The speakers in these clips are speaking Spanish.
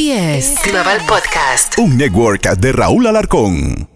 Así es. Global Podcast. Un network de Raúl Alarcón.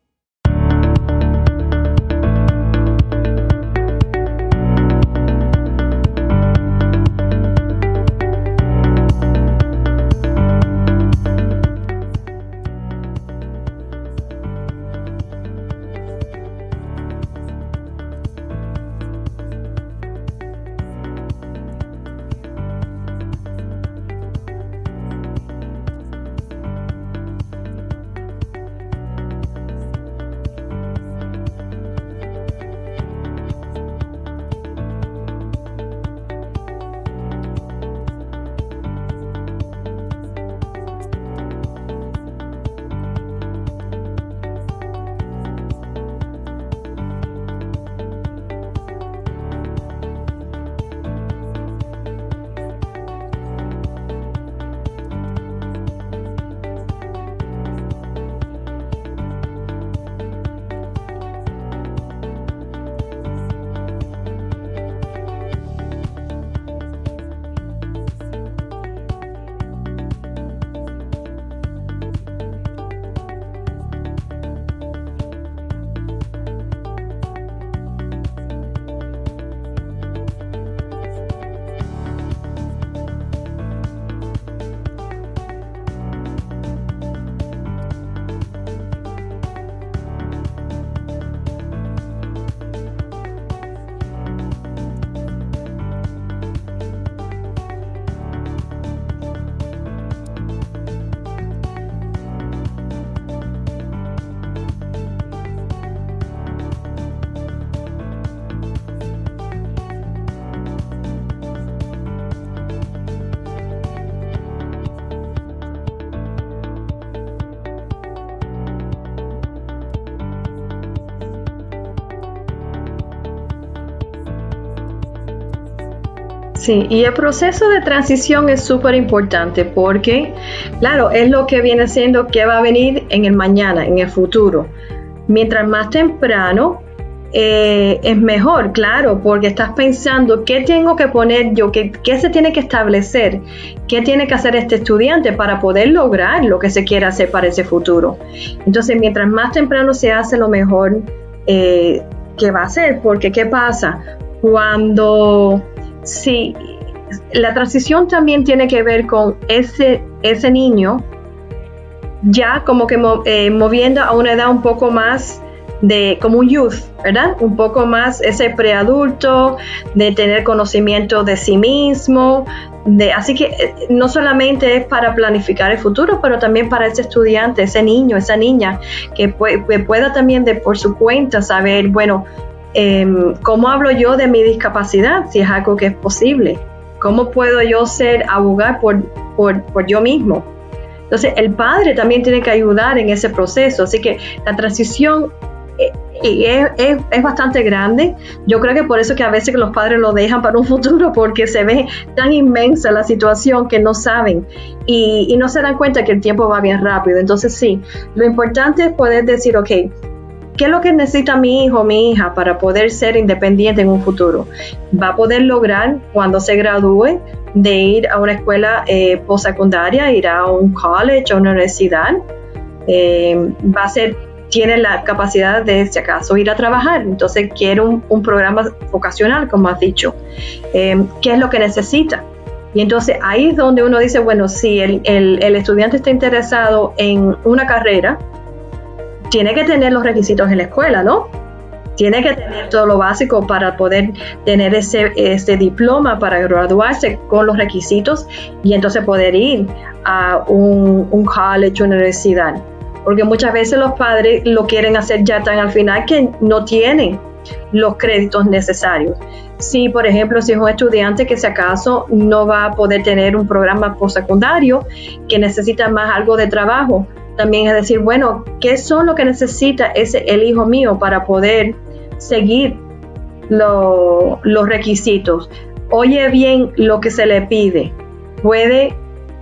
Sí, y el proceso de transición es súper importante porque, claro, es lo que viene siendo que va a venir en el mañana, en el futuro. Mientras más temprano, es mejor, claro, porque estás pensando qué tengo que poner yo, qué se tiene que establecer, qué tiene que hacer este estudiante para poder lograr lo que se quiere hacer para ese futuro. Entonces, mientras más temprano se hace, lo mejor que va a ser, porque ¿qué pasa? Sí, la transición también tiene que ver con ese niño ya como que moviendo a una edad un poco más como un youth, ¿verdad? Un poco más ese preadulto, de tener conocimiento de sí mismo, así que no solamente es para planificar el futuro, pero también para ese estudiante, ese niño, esa niña, que pueda también por su cuenta saber, bueno, ¿cómo hablo yo de mi discapacidad? Si es algo que es posible. ¿Cómo puedo yo abogar por yo mismo? Entonces, el padre también tiene que ayudar en ese proceso. Así que la transición es bastante grande. Yo creo que por eso que a veces los padres lo dejan para un futuro, porque se ve tan inmensa la situación que no saben y no se dan cuenta que el tiempo va bien rápido. Entonces, sí, lo importante es poder decir, ok, ¿qué es lo que necesita mi hijo o mi hija para poder ser independiente en un futuro? ¿Va a poder lograr cuando se gradúe de ir a una escuela postsecundaria, ir a un college o una universidad? Tiene la capacidad de, si acaso, ir a trabajar. Entonces quiere un programa vocacional, como has dicho. ¿Qué es lo que necesita? Y entonces ahí es donde uno dice, bueno, si el estudiante está interesado en una carrera, tiene que tener los requisitos en la escuela, ¿no? Tiene que tener todo lo básico para poder tener ese diploma para graduarse con los requisitos y entonces poder ir a un college, una universidad. Porque muchas veces los padres lo quieren hacer ya tan al final que no tienen los créditos necesarios. Si, por ejemplo, si es un estudiante que si acaso no va a poder tener un programa postsecundario, que necesita más algo de trabajo, también es decir, bueno, ¿qué son lo que necesita el hijo mío para poder seguir los requisitos? Oye bien lo que se le pide. Puede,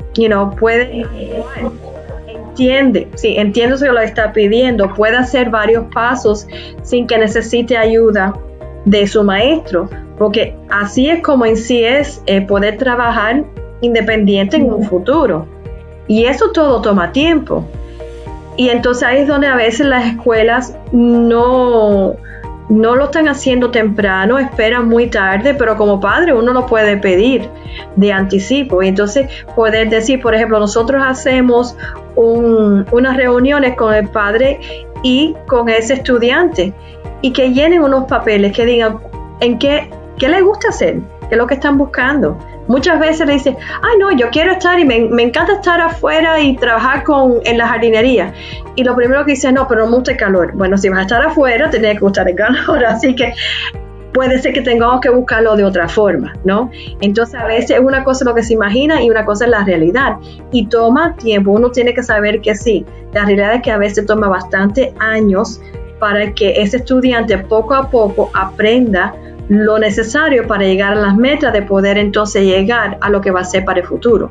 entiende si lo está pidiendo, puede hacer varios pasos sin que necesite ayuda de su maestro, porque así es como en sí es poder trabajar independiente en un futuro. Y eso todo toma tiempo. Y entonces ahí es donde a veces las escuelas no lo están haciendo temprano, esperan muy tarde, pero como padre uno lo puede pedir de anticipo. Y entonces poder decir, por ejemplo, nosotros hacemos unas reuniones con el padre y con ese estudiante y que llenen unos papeles que digan qué les gusta hacer, qué es lo que están buscando. Muchas veces le dicen, no, yo quiero estar y me encanta estar afuera y trabajar en la jardinería. Y lo primero que dicen, no, pero no me gusta el calor. Bueno, si vas a estar afuera, te tiene que gustar el calor. Así que puede ser que tengamos que buscarlo de otra forma, ¿no? Entonces a veces una cosa es lo que se imagina y una cosa es la realidad. Y toma tiempo. Uno tiene que saber que sí. La realidad es que a veces toma bastante años para que ese estudiante poco a poco aprenda lo necesario para llegar a las metas de poder entonces llegar a lo que va a ser para el futuro.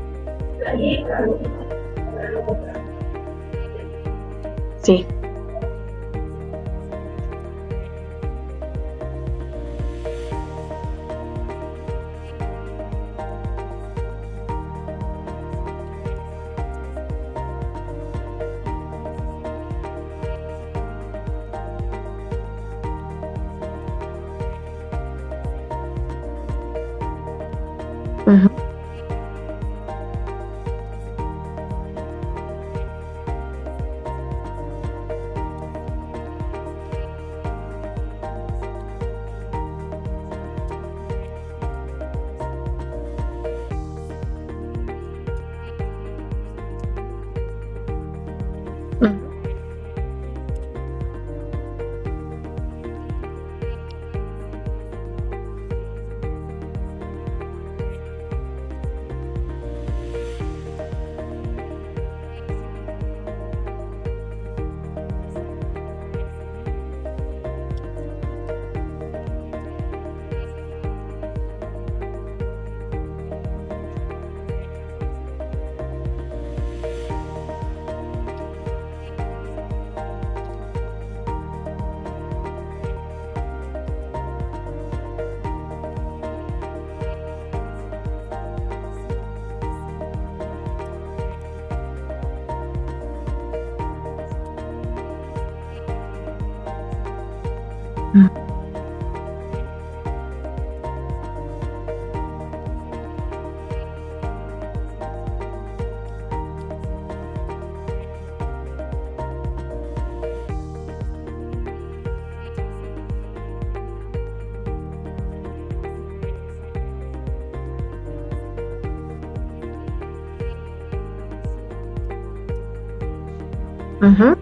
Sí. Uh-huh. Uh-huh.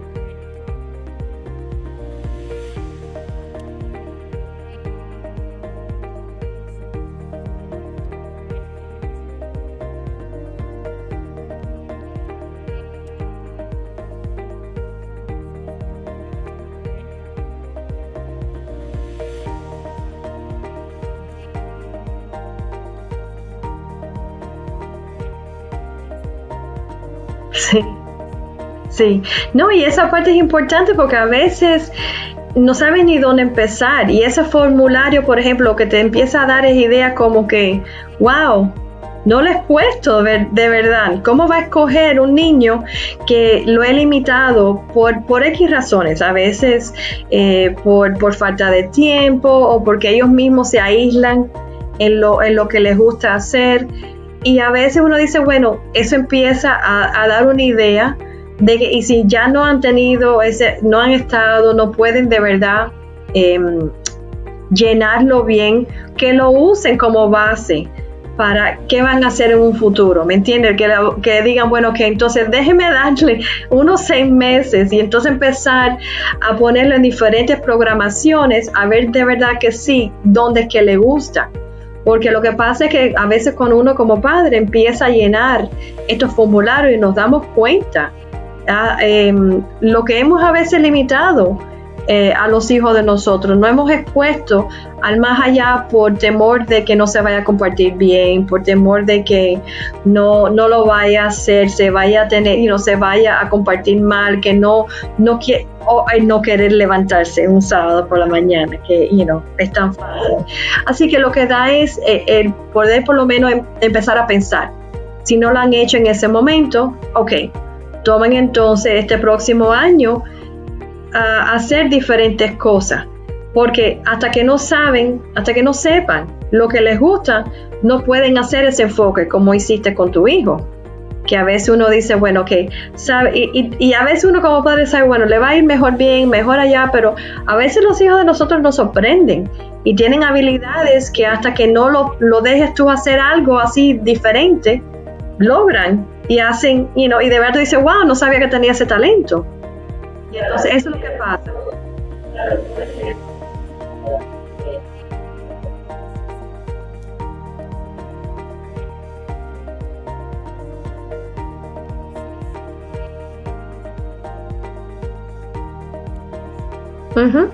Sí. Sí, no, y esa parte es importante porque a veces no sabes ni dónde empezar y ese formulario, por ejemplo, lo que te empieza a dar es ideas como que, wow, no lo he puesto de verdad. ¿Cómo va a escoger un niño que lo he limitado por X razones? A veces por falta de tiempo o porque ellos mismos se aíslan en lo que les gusta hacer. Y a veces uno dice, bueno, eso empieza a dar una idea de que, y si ya no han tenido no han estado, no pueden de verdad llenarlo bien, que lo usen como base para qué van a hacer en un futuro, ¿me entiendes? Que digan, bueno, que entonces déjeme darle unos 6 meses y entonces empezar a ponerlo en diferentes programaciones, a ver de verdad que sí, dónde es que le gusta. Porque lo que pasa es que a veces cuando uno como padre empieza a llenar estos formularios y nos damos cuenta lo que hemos a veces limitado a los hijos de nosotros, no hemos expuesto al más allá por temor de que no se vaya a compartir bien, por temor de que no lo vaya a hacer, se vaya a tener y no se vaya a compartir mal, que no querer levantarse un sábado por la mañana, que es tan fácil. Así que lo que da es el poder por lo menos empezar a pensar si no lo han hecho en ese momento, ok, tomen entonces este próximo año a hacer diferentes cosas, porque hasta que no sepan lo que les gusta, no pueden hacer ese enfoque como hiciste con tu hijo. Que a veces uno dice, bueno, ok, sabe, y a veces uno como padre sabe, bueno, le va a ir mejor bien, mejor allá, pero a veces los hijos de nosotros nos sorprenden y tienen habilidades que hasta que no lo dejes tú hacer algo así diferente, logran y hacen, y de verdad dice, wow, no sabía que tenía ese talento. Y entonces eso es lo que pasa. Uh-huh.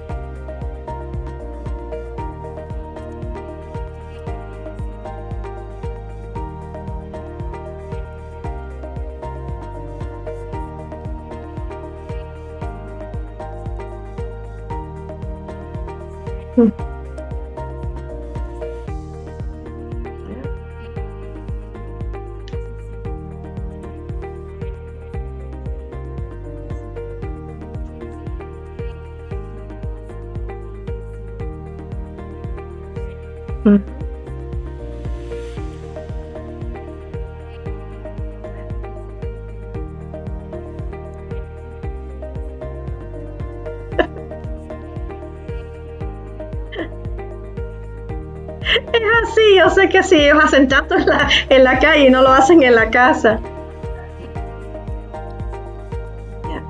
Es así, yo sé que sí, ellos hacen tanto en la calle y no lo hacen en la casa. Yeah.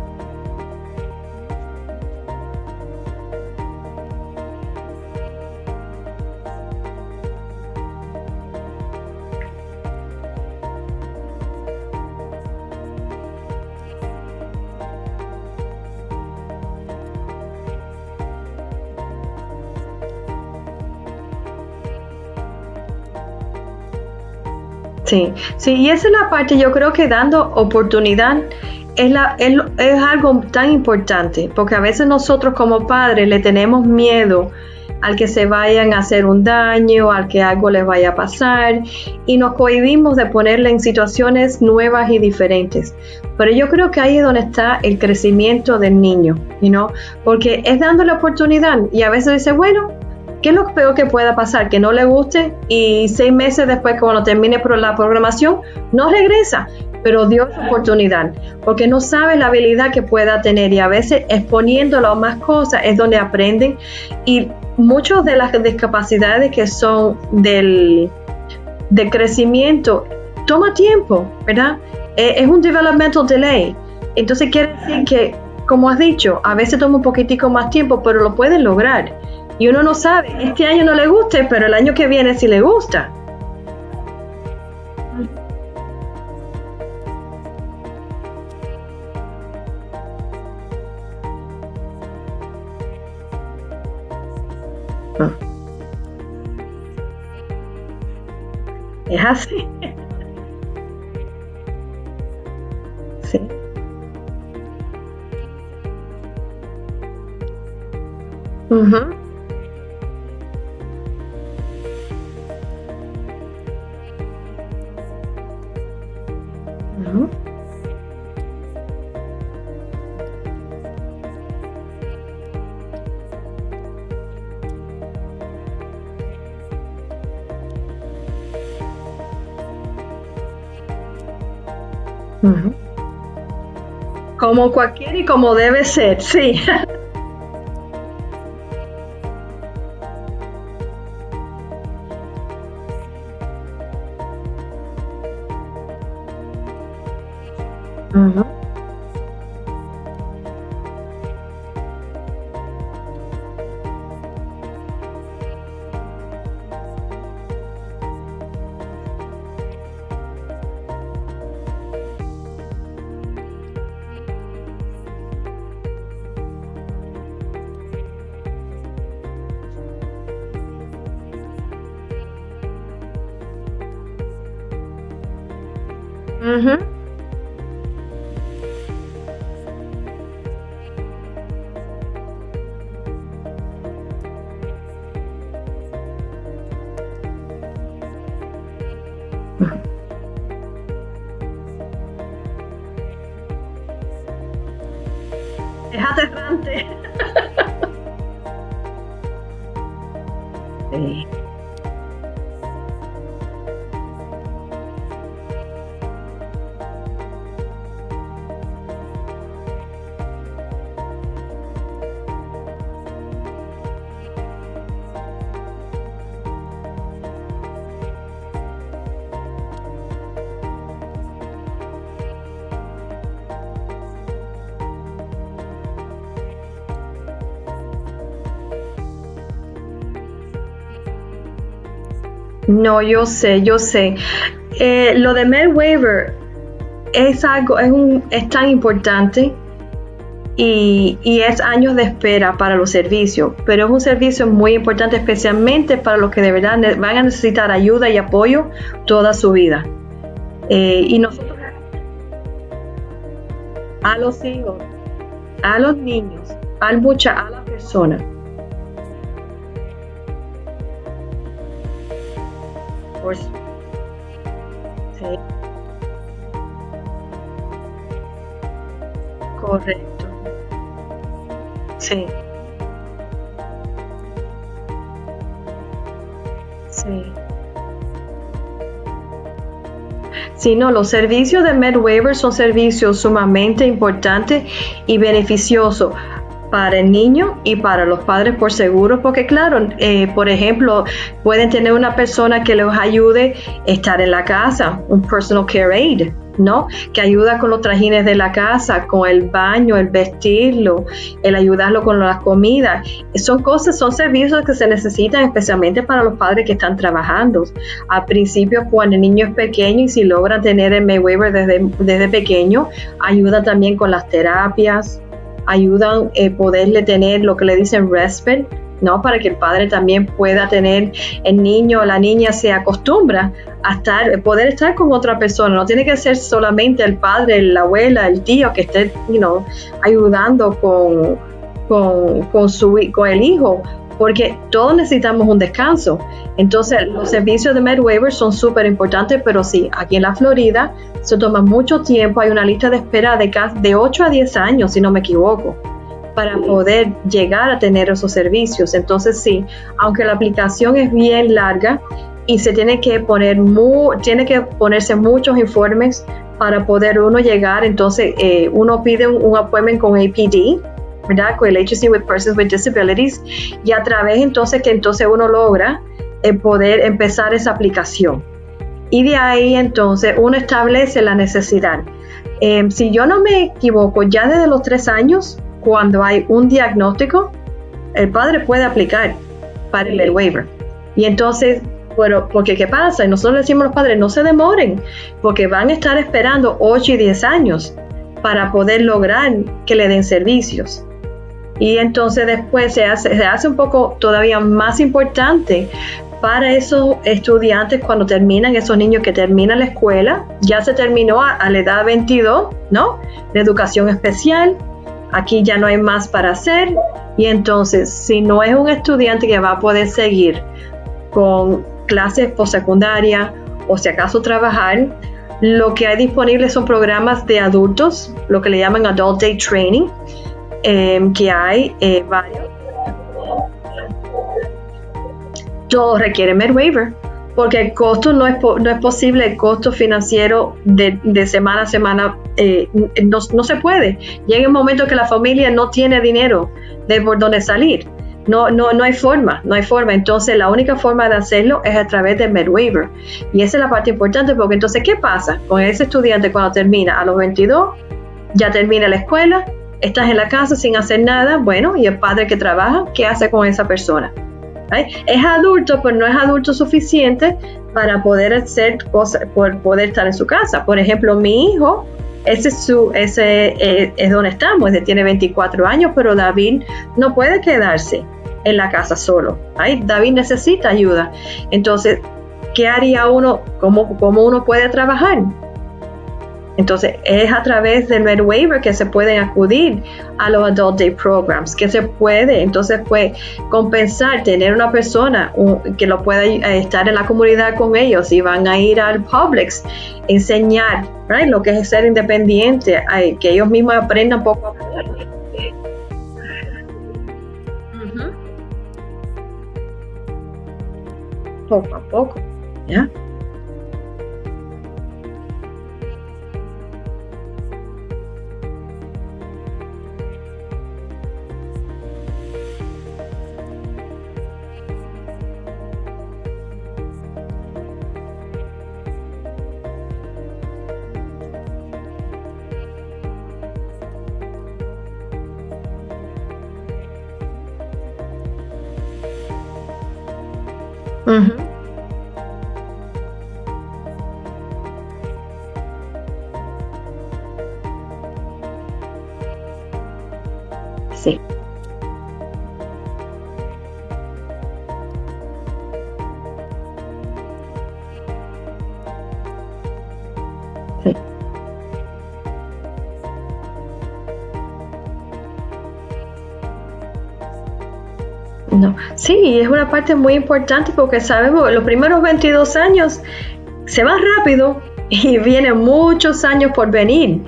Sí, sí, y esa es la parte, yo creo que dando oportunidad es algo tan importante, porque a veces nosotros como padres le tenemos miedo al que se vayan a hacer un daño, al que algo les vaya a pasar, y nos cohibimos de ponerle en situaciones nuevas y diferentes. Pero yo creo que ahí es donde está el crecimiento del niño, porque es dándole oportunidad, y a veces dice, bueno, ¿qué es lo peor que pueda pasar? Que no le guste y 6 meses después que cuando termine la programación no regresa, pero dio su oportunidad porque no sabe la habilidad que pueda tener, y a veces exponiéndolo a más cosas es donde aprenden. Y muchas de las discapacidades que son de crecimiento toma tiempo, ¿verdad? Es un developmental delay. Entonces quiere decir que, como has dicho, a veces toma un poquitico más tiempo, pero lo pueden lograr. Y uno no sabe, este año no le guste, pero el año que viene sí le gusta. Es así. Sí. Uh-huh. Uh-huh. Uh-huh. Como cualquiera y como debe ser, sí. Uh-huh. Uh-huh. Es aterrante. Sí. No, yo sé. Lo de MedWaiver es tan importante y es años de espera para los servicios, pero es un servicio muy importante especialmente para los que de verdad van a necesitar ayuda y apoyo toda su vida. Y nosotros, a los hijos, a los niños, a la persona. Por, sí, correcto. Sí, sí. Sí, no, los servicios de MedWaiver son servicios sumamente importantes y beneficiosos para el niño y para los padres por seguro, porque claro, por ejemplo, pueden tener una persona que les ayude a estar en la casa, un personal care aide, ¿no? Que ayuda con los trajines de la casa, con el baño, el vestirlo, el ayudarlo con la comida. Son servicios que se necesitan especialmente para los padres que están trabajando. Al principio, cuando el niño es pequeño y si logran tener el MedWaiver desde pequeño, ayuda también con las terapias, ayudan a poderle tener lo que le dicen respite, ¿no? Para que el padre también pueda tener, el niño o la niña se acostumbra a poder estar con otra persona. No tiene que ser solamente el padre, la abuela, el tío que esté, ayudando con el hijo, porque todos necesitamos un descanso. Entonces, los servicios de MedWaiver son súper importantes, pero sí, aquí en la Florida se toma mucho tiempo. Hay una lista de espera de 8 a 10 años, si no me equivoco, para poder llegar a tener esos servicios. Entonces, sí, aunque la aplicación es bien larga y se tiene que ponerse muchos informes para poder uno llegar, entonces uno pide un appointment con APD, ¿verdad? Con el Agency with Persons with Disabilities, y a través entonces uno logra poder empezar esa aplicación. Y de ahí entonces uno establece la necesidad. Si yo no me equivoco, ya desde los 3 años, cuando hay un diagnóstico, el padre puede aplicar para el waiver. Y entonces, bueno, porque ¿qué pasa? Y nosotros le decimos a los padres, no se demoren, porque van a estar esperando 8 y 10 años para poder lograr que le den servicios. Y entonces después se hace un poco todavía más importante para esos estudiantes cuando terminan, esos niños que terminan la escuela, ya se terminó a la edad 22, ¿no? La educación especial, aquí ya no hay más para hacer, y entonces si no es un estudiante que va a poder seguir con clases postsecundaria o si acaso trabajar, lo que hay disponible son programas de adultos, lo que le llaman Adult Day Training, que hay varios. Todo requiere MedWaiver, porque el costo no es posible, el costo financiero de semana a semana no se puede. Llega un momento que la familia no tiene dinero de por dónde salir. No hay forma. Entonces la única forma de hacerlo es a través de MedWaiver. Y esa es la parte importante, porque entonces ¿qué pasa con ese estudiante cuando termina? A los 22 ya termina la escuela, estás en la casa sin hacer nada, bueno, y el padre que trabaja, ¿qué hace con esa persona? ¿Right? Es adulto, pero no es adulto suficiente para poder hacer cosas, por poder estar en su casa. Por ejemplo, mi hijo, ese es donde estamos, él tiene 24 años, pero David no puede quedarse en la casa solo. ¿Right? David necesita ayuda. Entonces, ¿qué haría uno? ¿Cómo uno puede trabajar? Entonces, es a través del MedWaiver que se pueden acudir a los Adult Day Programs, que se puede, entonces, pues, compensar, tener una persona que lo pueda estar en la comunidad con ellos y van a ir al Publix, enseñar, right, lo que es ser independiente, que ellos mismos aprendan poco a poco. poco a poco, ¿ya? Ujú. Sí, sí. No. Sí, es una parte muy importante porque sabemos los primeros 22 años se van rápido y vienen muchos años por venir.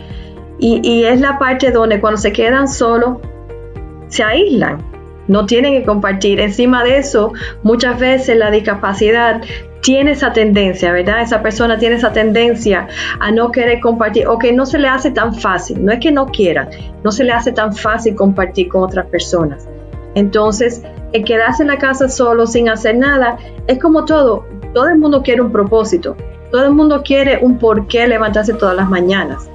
Y es la parte donde cuando se quedan solos, se aíslan, no tienen que compartir. Encima de eso, muchas veces la discapacidad tiene esa tendencia, ¿verdad? Esa persona tiene esa tendencia a no querer compartir o que no se le hace tan fácil. No es que no quieran, no se le hace tan fácil compartir con otras personas. Entonces, el quedarse en la casa solo sin hacer nada es como todo. Todo el mundo quiere un propósito. Todo el mundo quiere un porqué levantarse todas las mañanas.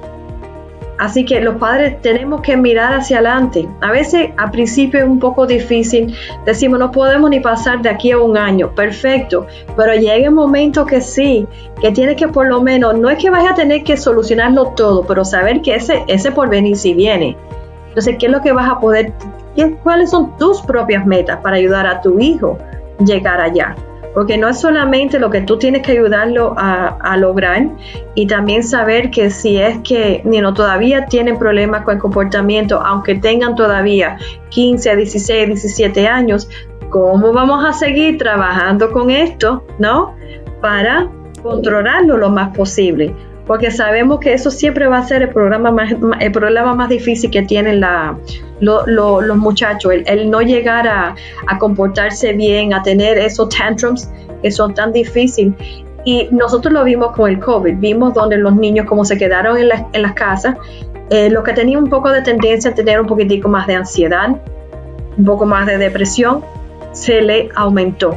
Así que los padres tenemos que mirar hacia adelante. A veces al principio es un poco difícil. Decimos, no podemos ni pasar de aquí a un año. Perfecto. Pero llega el momento que sí, que tienes que por lo menos, no es que vayas a tener que solucionarlo todo, pero saber que ese porvenir sí viene. Entonces, ¿qué es lo que vas a poder? ¿Cuáles son tus propias metas para ayudar a tu hijo a llegar allá? Porque no es solamente lo que tú tienes que ayudarlo a lograr, y también saber que si es que todavía tienen problemas con el comportamiento, aunque tengan todavía 15, 16, 17 años, ¿cómo vamos a seguir trabajando con esto, ¿no? Para controlarlo lo más posible. Porque sabemos que eso siempre va a ser el problema más difícil que tienen los muchachos, el no llegar a comportarse bien, a tener esos tantrums que son tan difíciles. Y nosotros lo vimos con el COVID, vimos donde los niños como se quedaron en las casas, los que tenían un poco de tendencia a tener un poquitico más de ansiedad, un poco más de depresión, se le aumentó.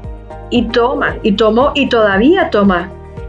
Y tomó y todavía toma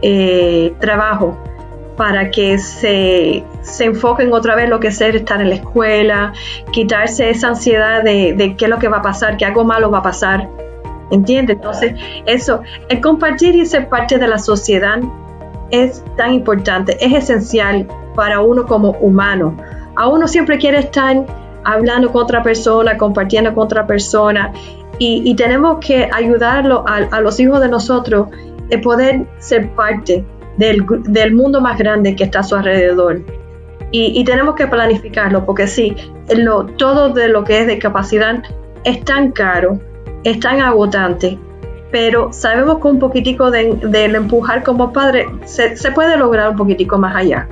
trabajo para que se enfoquen otra vez en lo que es estar en la escuela, quitarse esa ansiedad de qué es lo que va a pasar, que algo malo va a pasar, ¿entiendes? Entonces, eso, el compartir y ser parte de la sociedad es tan importante, es esencial para uno como humano. A uno siempre quiere estar hablando con otra persona, compartiendo con otra persona, y tenemos que ayudarlo a los hijos de nosotros de poder ser parte del mundo más grande que está a su alrededor. Y tenemos que planificarlo, porque sí, todo de lo que es discapacidad es tan caro, es tan agotante, pero sabemos que un poquitico del empujar como padre se puede lograr un poquitico más allá.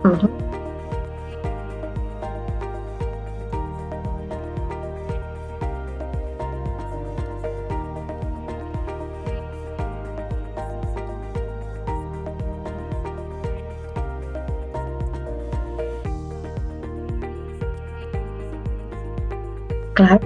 Ujú. Claro.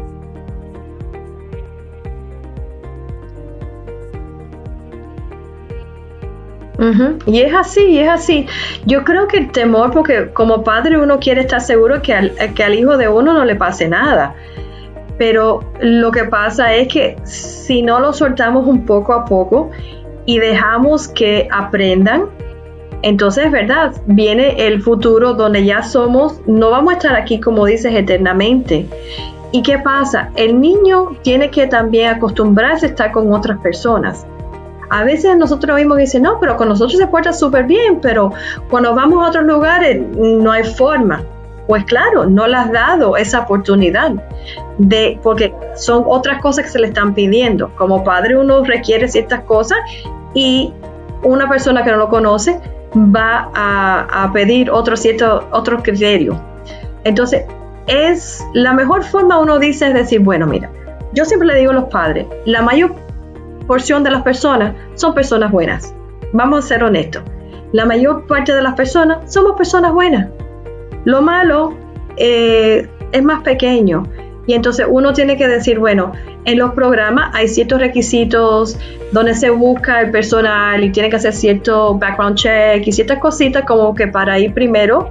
Ujú. Y es así, y es así. Yo creo que el temor, porque como padre uno quiere estar seguro que al hijo de uno no le pase nada. Pero lo que pasa es que si no lo soltamos un poco a poco y dejamos que aprendan, entonces, ¿verdad? Viene el futuro donde ya somos, no vamos a estar aquí, como dices, eternamente. ¿Y qué pasa? El niño tiene que también acostumbrarse a estar con otras personas. A veces nosotros mismos dicen, no, pero con nosotros se porta súper bien, pero cuando vamos a otros lugares no hay forma. Pues claro, no le has dado esa oportunidad, porque son otras cosas que se le están pidiendo. Como padre uno requiere ciertas cosas y una persona que no lo conoce va a pedir otro criterio. Entonces, es la mejor forma, uno dice, es decir, bueno, mira, yo siempre le digo a los padres, la mayor porción de las personas son personas buenas. Vamos a ser honestos. La mayor parte de las personas somos personas buenas. Lo malo es más pequeño. Y entonces uno tiene que decir, bueno, en los programas hay ciertos requisitos donde se busca el personal y tiene que hacer cierto background check y ciertas cositas como que para ir primero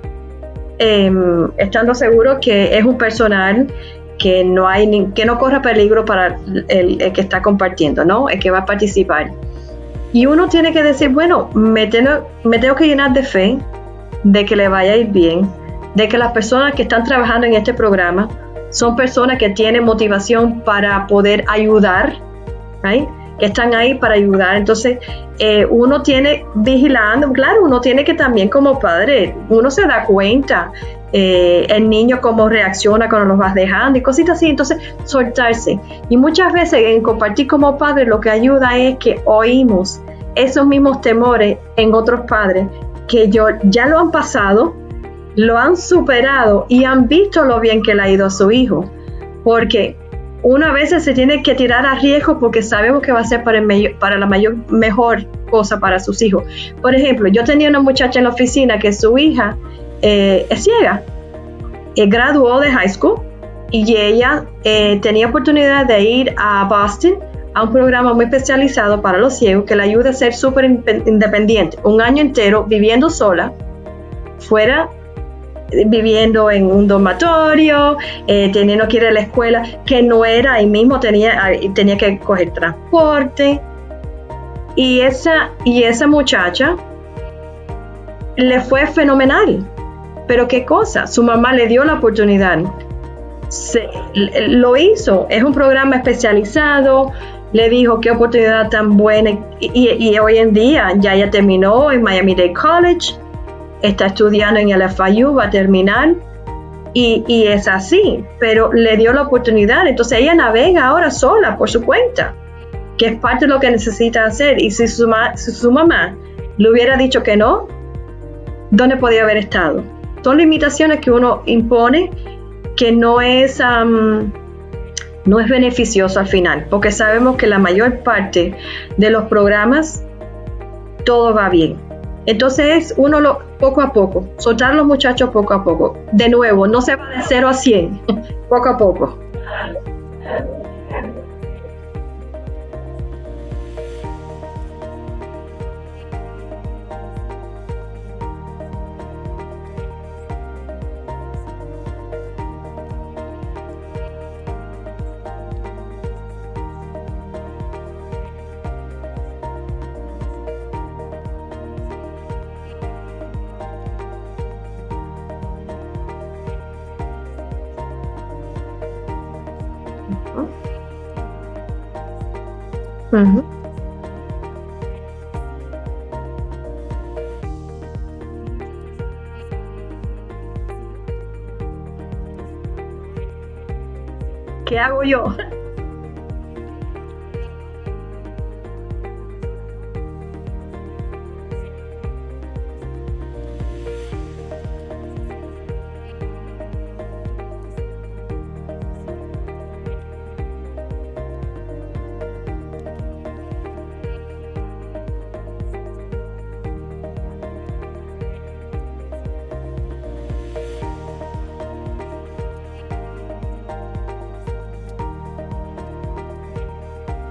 estando seguro que es un personal que no corra peligro para el que está compartiendo, ¿no? El que va a participar. Y uno tiene que decir, bueno, me tengo que llenar de fe de que le vaya a ir bien, de que las personas que están trabajando en este programa son personas que tienen motivación para poder ayudar, ¿right? Que están ahí para ayudar. Entonces, uno tiene vigilando, claro, uno tiene que también como padre, uno se da cuenta el niño cómo reacciona cuando los vas dejando y cositas así, entonces soltarse. Y muchas veces en compartir como padre lo que ayuda es que oímos esos mismos temores en otros padres que ya lo han pasado, lo han superado y han visto lo bien que le ha ido a su hijo. Porque una vez se tiene que tirar a riesgo porque sabemos que va a ser para la mejor cosa para sus hijos. Por ejemplo, yo tenía una muchacha en la oficina que su hija es ciega, graduó de high school y ella tenía oportunidad de ir a Boston a un programa muy especializado para los ciegos que le ayuda a ser súper independiente, un año entero viviendo sola, fuera viviendo en un dormitorio, teniendo que ir a la escuela, que no era ahí mismo, tenía que coger transporte. Y esa muchacha le fue fenomenal. Pero qué cosa, su mamá le dio la oportunidad. Lo hizo, es un programa especializado, le dijo qué oportunidad tan buena. Y hoy en día ya ella terminó en Miami-Dade College, está estudiando en el FIU, va a terminar. Y es así, pero le dio la oportunidad. Entonces ella navega ahora sola por su cuenta, que es parte de lo que necesita hacer. Y si su mamá le hubiera dicho que no, ¿dónde podía haber estado? Son limitaciones que uno impone que no es beneficioso al final, porque sabemos que la mayor parte de los programas todo va bien. Entonces uno poco a poco, soltar a los muchachos poco a poco. De nuevo, no se va de 0 a 100, poco a poco. Uh-huh. ¿Qué hago yo?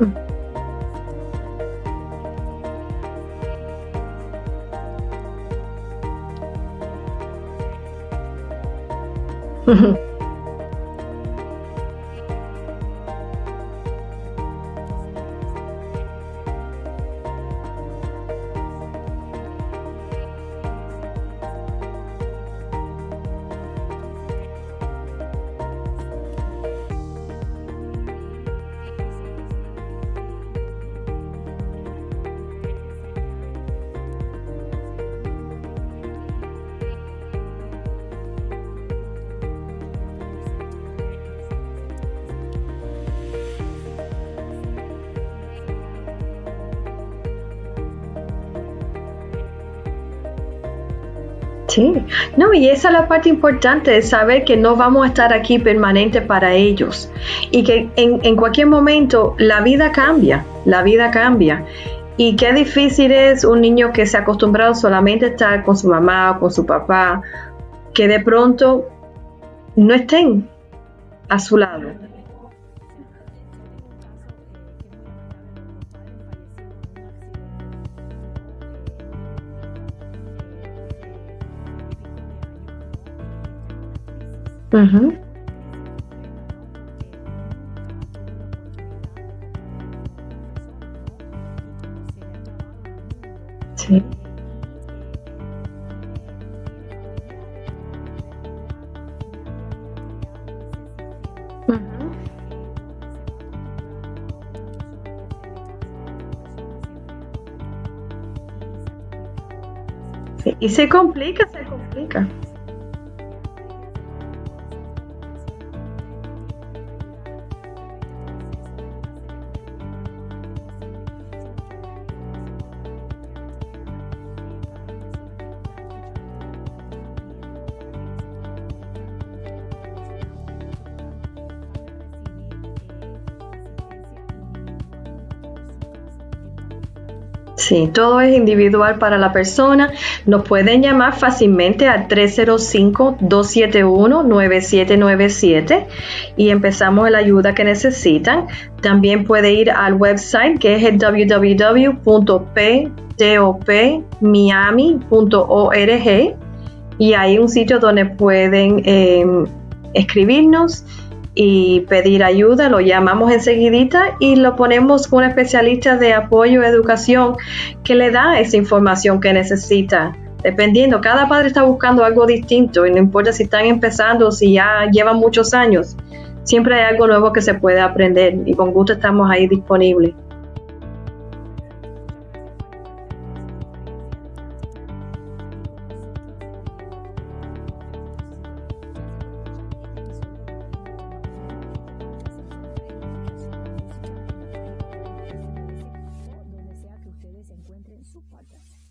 Sí, no, y esa es la parte importante de saber que no vamos a estar aquí permanente para ellos y que en cualquier momento la vida cambia. Y qué difícil es un niño que se ha acostumbrado solamente a estar con su mamá o con su papá, que de pronto no estén a su lado. Ujú. Sí. Ujú. Sí, y se complica, se complica. Sí, todo es individual para la persona. Nos pueden llamar fácilmente al 305-271-9797 y empezamos la ayuda que necesitan. También puede ir al website que es el www.ptopmiami.org y hay un sitio donde pueden escribirnos y pedir ayuda. Lo llamamos enseguidita y lo ponemos con un especialista de apoyo y educación que le da esa información que necesita. Dependiendo, cada padre está buscando algo distinto y no importa si están empezando o si ya llevan muchos años, siempre hay algo nuevo que se puede aprender y con gusto estamos ahí disponibles. Donde sea que ustedes encuentren su podcast.